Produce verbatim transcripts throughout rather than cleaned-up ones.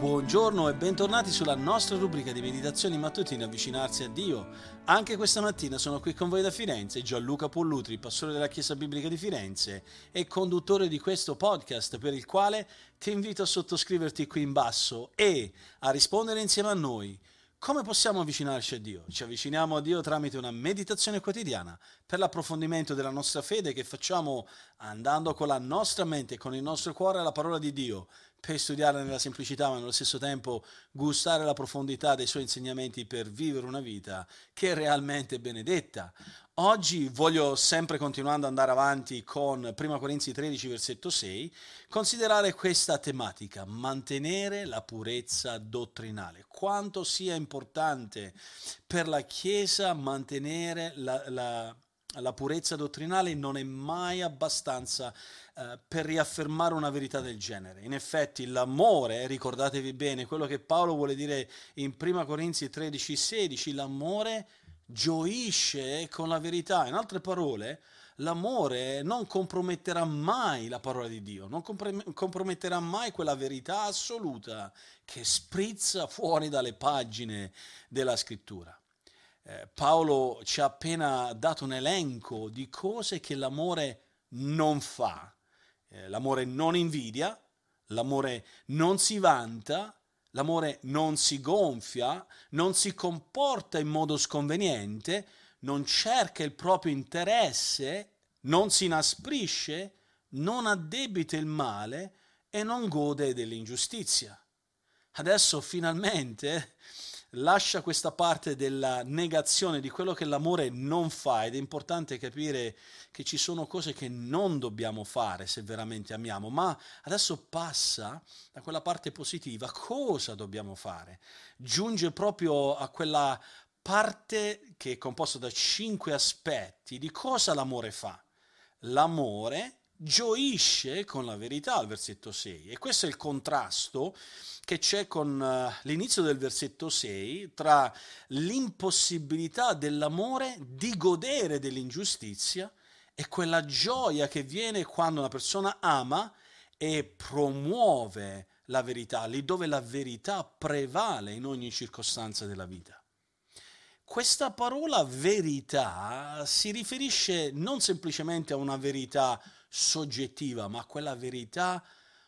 Buongiorno e bentornati sulla nostra rubrica di meditazioni mattutine Avvicinarsi a Dio. Anche questa mattina sono qui con voi da Firenze, Gianluca Pollutri, pastore della Chiesa Biblica di Firenze e conduttore di questo podcast, per il quale ti invito a sottoscriverti qui in basso e a rispondere insieme a noi. Come possiamo avvicinarci a Dio? Ci avviciniamo a Dio tramite una meditazione quotidiana per l'approfondimento della nostra fede che facciamo andando con la nostra mente e con il nostro cuore alla parola di Dio, per studiarla nella semplicità ma nello stesso tempo gustare la profondità dei suoi insegnamenti per vivere una vita che è realmente benedetta. Oggi voglio, sempre continuando ad andare avanti con prima Corinzi tredici versetto sei, considerare questa tematica: mantenere la purezza dottrinale. Quanto sia importante per la Chiesa mantenere la, la, la purezza dottrinale non è mai abbastanza eh, per riaffermare una verità del genere. In effetti l'amore, ricordatevi bene quello che Paolo vuole dire in prima Corinzi tredici sedici, l'amore gioisce con la verità. In altre parole, l'amore non comprometterà mai la parola di Dio, non comprometterà mai quella verità assoluta che sprizza fuori dalle pagine della scrittura. Eh, Paolo ci ha appena dato un elenco di cose che l'amore non fa. Eh, l'amore non invidia, l'amore non si vanta, l'amore non si gonfia, non si comporta in modo sconveniente, non cerca il proprio interesse, non si inasprisce, non addebita il male e non gode dell'ingiustizia. Adesso finalmente lascia questa parte della negazione di quello che l'amore non fa, ed è importante capire che ci sono cose che non dobbiamo fare se veramente amiamo, ma adesso passa da quella parte positiva. Cosa dobbiamo fare? Giunge proprio a quella parte che è composta da cinque aspetti di cosa l'amore fa. L'amore gioisce con la verità, al versetto sei, e questo è il contrasto che c'è con uh, l'inizio del versetto sei tra l'impossibilità dell'amore di godere dell'ingiustizia e quella gioia che viene quando una persona ama e promuove la verità, lì dove la verità prevale in ogni circostanza della vita. Questa parola verità si riferisce non semplicemente a una verità soggettiva, ma a quella verità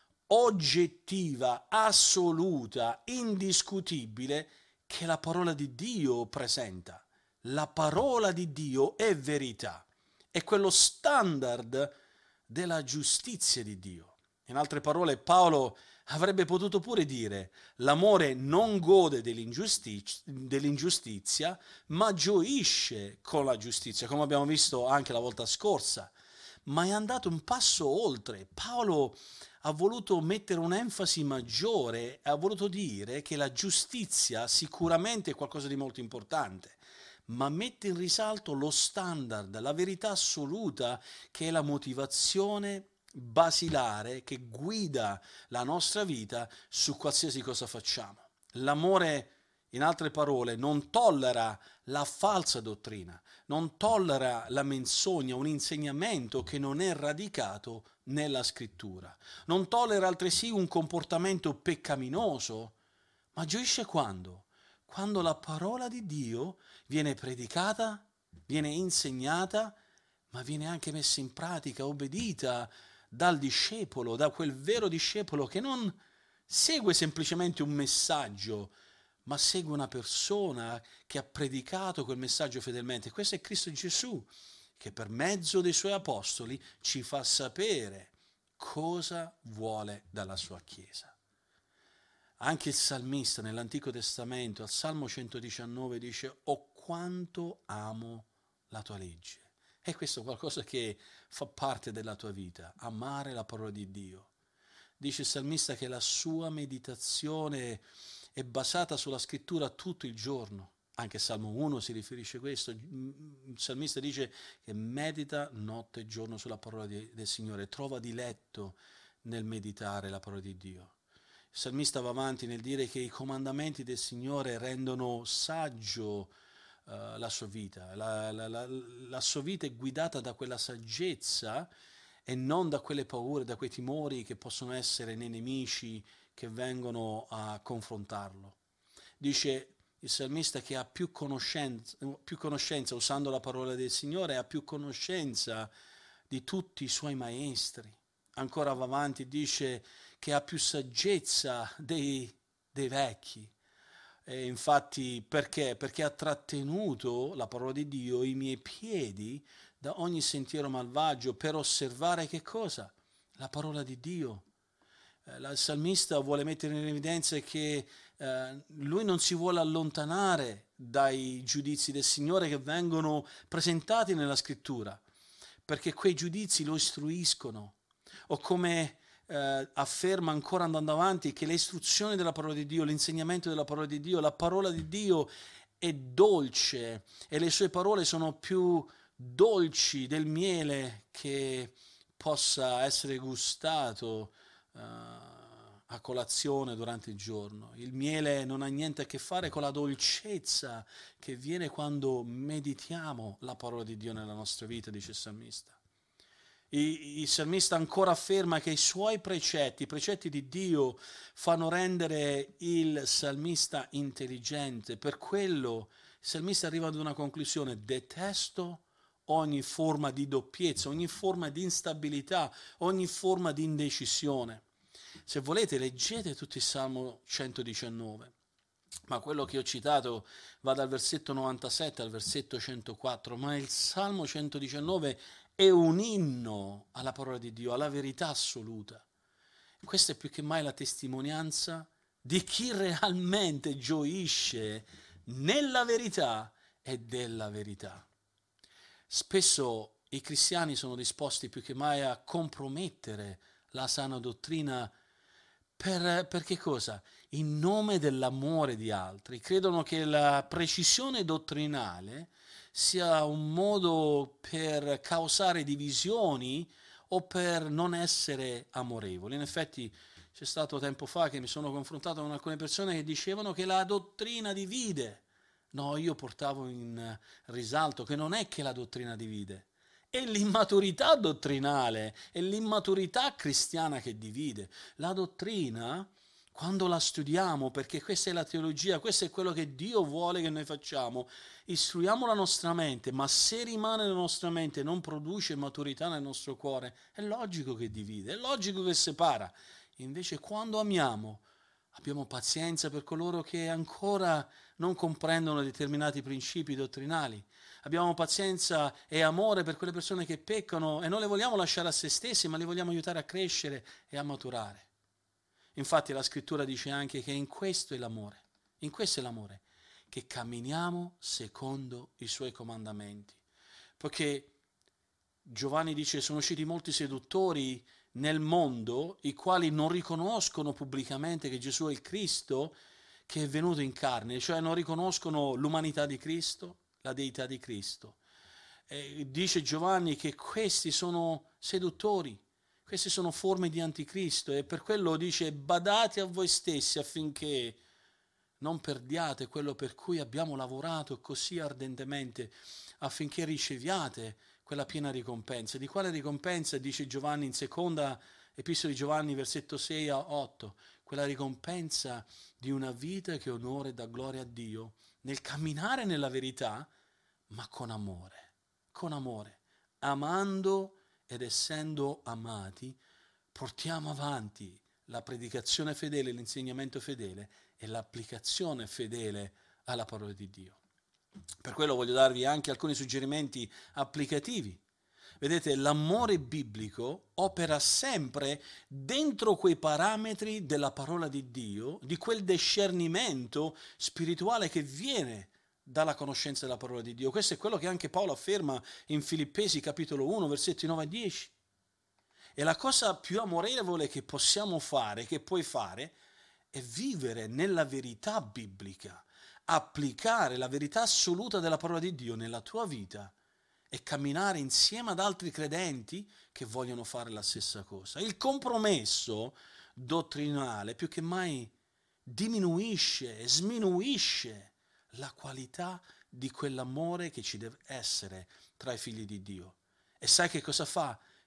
oggettiva, assoluta, indiscutibile che la parola di Dio presenta. La parola di Dio è verità, è quello standard della giustizia di Dio. In altre parole, Paolo avrebbe potuto pure dire: l'amore non gode dell'ingiustizia, dell'ingiustizia, ma gioisce con la giustizia, come abbiamo visto anche la volta scorsa. Ma è andato un passo oltre. Paolo ha voluto mettere un'enfasi maggiore, ha voluto dire che la giustizia sicuramente è qualcosa di molto importante, ma mette in risalto lo standard, la verità assoluta, che è la motivazione basilare che guida la nostra vita su qualsiasi cosa facciamo. L'amore, in altre parole, non tollera la falsa dottrina, non tollera la menzogna, un insegnamento che non è radicato nella scrittura. Non tollera altresì un comportamento peccaminoso, ma gioisce quando? Quando la parola di Dio viene predicata, viene insegnata, ma viene anche messa in pratica, obbedita dal discepolo, da quel vero discepolo che non segue semplicemente un messaggio, ma segue una persona che ha predicato quel messaggio fedelmente. Questo è Cristo Gesù, che per mezzo dei suoi apostoli ci fa sapere cosa vuole dalla sua Chiesa. Anche il salmista nell'Antico Testamento, al Salmo centodiciannove, dice: «Oh, quanto amo la tua legge». E questo è qualcosa che fa parte della tua vita, amare la parola di Dio. Dice il salmista che la sua meditazione è basata sulla scrittura tutto il giorno. Anche Salmo uno si riferisce a questo. Il salmista dice che medita notte e giorno sulla parola di, del Signore, trova diletto nel meditare la parola di Dio. Il salmista va avanti nel dire che i comandamenti del Signore rendono saggio uh, la sua vita. La, la, la, la sua vita è guidata da quella saggezza e non da quelle paure, da quei timori che possono essere nei nemici che vengono a confrontarlo. Dice il salmista che ha più conoscenza, più conoscenza, usando la parola del Signore, ha più conoscenza di tutti i suoi maestri. Ancora va avanti, dice che ha più saggezza dei, dei vecchi. E infatti perché? Perché ha trattenuto la parola di Dio i miei piedi da ogni sentiero malvagio per osservare che cosa? La parola di Dio. Il salmista vuole mettere in evidenza che eh, lui non si vuole allontanare dai giudizi del Signore che vengono presentati nella scrittura, perché quei giudizi lo istruiscono, o come eh, afferma ancora andando avanti che le istruzioni della parola di Dio, l'insegnamento della parola di Dio, la parola di Dio è dolce e le sue parole sono più dolci del miele che possa essere gustato uh, a colazione durante il giorno. Il miele non ha niente a che fare con la dolcezza che viene quando meditiamo la parola di Dio nella nostra vita, dice il salmista. Il salmista ancora afferma che i suoi precetti, i precetti di Dio, fanno rendere il salmista intelligente. Per quello il salmista arriva ad una conclusione: detesto ogni forma di doppiezza, ogni forma di instabilità, ogni forma di indecisione. Se volete, leggete tutto il Salmo centodiciannove, ma quello che ho citato va dal versetto novantasette al versetto centoquattro, ma il Salmo centodiciannove è un inno alla parola di Dio, alla verità assoluta. Questa è più che mai la testimonianza di chi realmente gioisce nella verità e della verità. Spesso i cristiani sono disposti più che mai a compromettere la sana dottrina per, per che cosa? In nome dell'amore di altri. Credono che la precisione dottrinale sia un modo per causare divisioni o per non essere amorevoli. In effetti c'è stato tempo fa che mi sono confrontato con alcune persone che dicevano che la dottrina divide. No, io portavo in risalto che non è che la dottrina divide, è l'immaturità dottrinale, è l'immaturità cristiana che divide. La dottrina, quando la studiamo, perché questa è la teologia, questo è quello che Dio vuole che noi facciamo, istruiamo la nostra mente, ma se rimane nella nostra mente e non produce maturità nel nostro cuore, è logico che divide, è logico che separa. Invece quando amiamo, abbiamo pazienza per coloro che ancora non comprendono determinati principi dottrinali. Abbiamo pazienza e amore per quelle persone che peccano e non le vogliamo lasciare a se stesse, ma le vogliamo aiutare a crescere e a maturare. Infatti la scrittura dice anche che in questo è l'amore, in questo è l'amore, che camminiamo secondo i suoi comandamenti. Perché Giovanni dice: sono usciti molti seduttori nel mondo, i quali non riconoscono pubblicamente che Gesù è il Cristo che è venuto in carne, cioè non riconoscono l'umanità di Cristo, la deità di Cristo. E dice Giovanni che questi sono seduttori, queste sono forme di anticristo, e per quello dice: badate a voi stessi affinché non perdiate quello per cui abbiamo lavorato così ardentemente, affinché riceviate quella piena ricompensa. Di quale ricompensa? Dice Giovanni in seconda epistola di Giovanni, versetto sei a otto, quella ricompensa di una vita che onora e dà gloria a Dio nel camminare nella verità, ma con amore, con amore, amando ed essendo amati, portiamo avanti la predicazione fedele, l'insegnamento fedele e l'applicazione fedele alla parola di Dio. Per quello voglio darvi anche alcuni suggerimenti applicativi. Vedete, l'amore biblico opera sempre dentro quei parametri della parola di Dio, di quel discernimento spirituale che viene dalla conoscenza della parola di Dio. Questo è quello che anche Paolo afferma in Filippesi capitolo uno, versetti nove a dieci. E la cosa più amorevole che possiamo fare, che puoi fare, è vivere nella verità biblica, applicare la verità assoluta della parola di Dio nella tua vita e camminare insieme ad altri credenti che vogliono fare la stessa cosa. Il compromesso dottrinale più che mai diminuisce e sminuisce la qualità di quell'amore che ci deve essere tra i figli di Dio. E sai che cosa fa?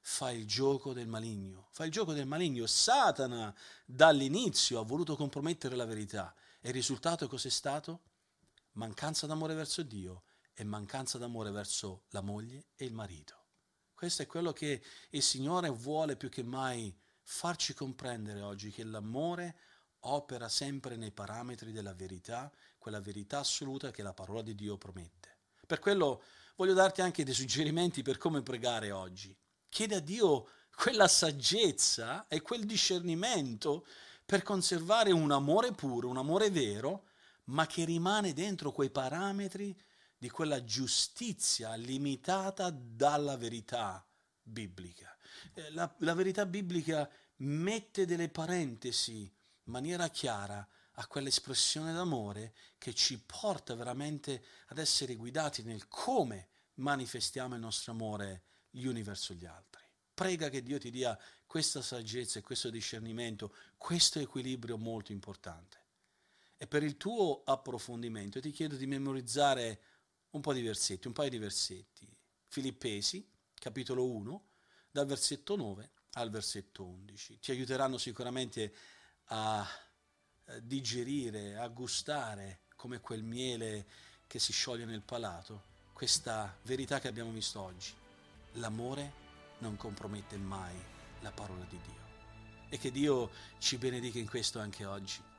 fa il gioco del maligno, fa il gioco del maligno. Satana dall'inizio ha voluto compromettere la verità e il risultato cos'è stato? Mancanza d'amore verso Dio e mancanza d'amore verso la moglie e il marito. Questo è quello che il Signore vuole più che mai farci comprendere oggi, che l'amore opera sempre nei parametri della verità, quella verità assoluta che la parola di Dio promette. Per quello voglio darti anche dei suggerimenti per come pregare oggi. Chiede a Dio quella saggezza e quel discernimento per conservare un amore puro, un amore vero, ma che rimane dentro quei parametri di quella giustizia limitata dalla verità biblica. Eh, La, la verità biblica mette delle parentesi in maniera chiara a quell'espressione d'amore che ci porta veramente ad essere guidati nel come manifestiamo il nostro amore gli uni verso gli altri. Prega che Dio ti dia questa saggezza e questo discernimento, questo equilibrio molto importante. E per il tuo approfondimento ti chiedo di memorizzare un po' di versetti, un paio di versetti. Filippesi, capitolo uno, dal versetto nove al versetto undici. Ti aiuteranno sicuramente a digerire, a gustare come quel miele che si scioglie nel palato, questa verità che abbiamo visto oggi. L'amore non compromette mai la parola di Dio. E che Dio ci benedica in questo anche oggi.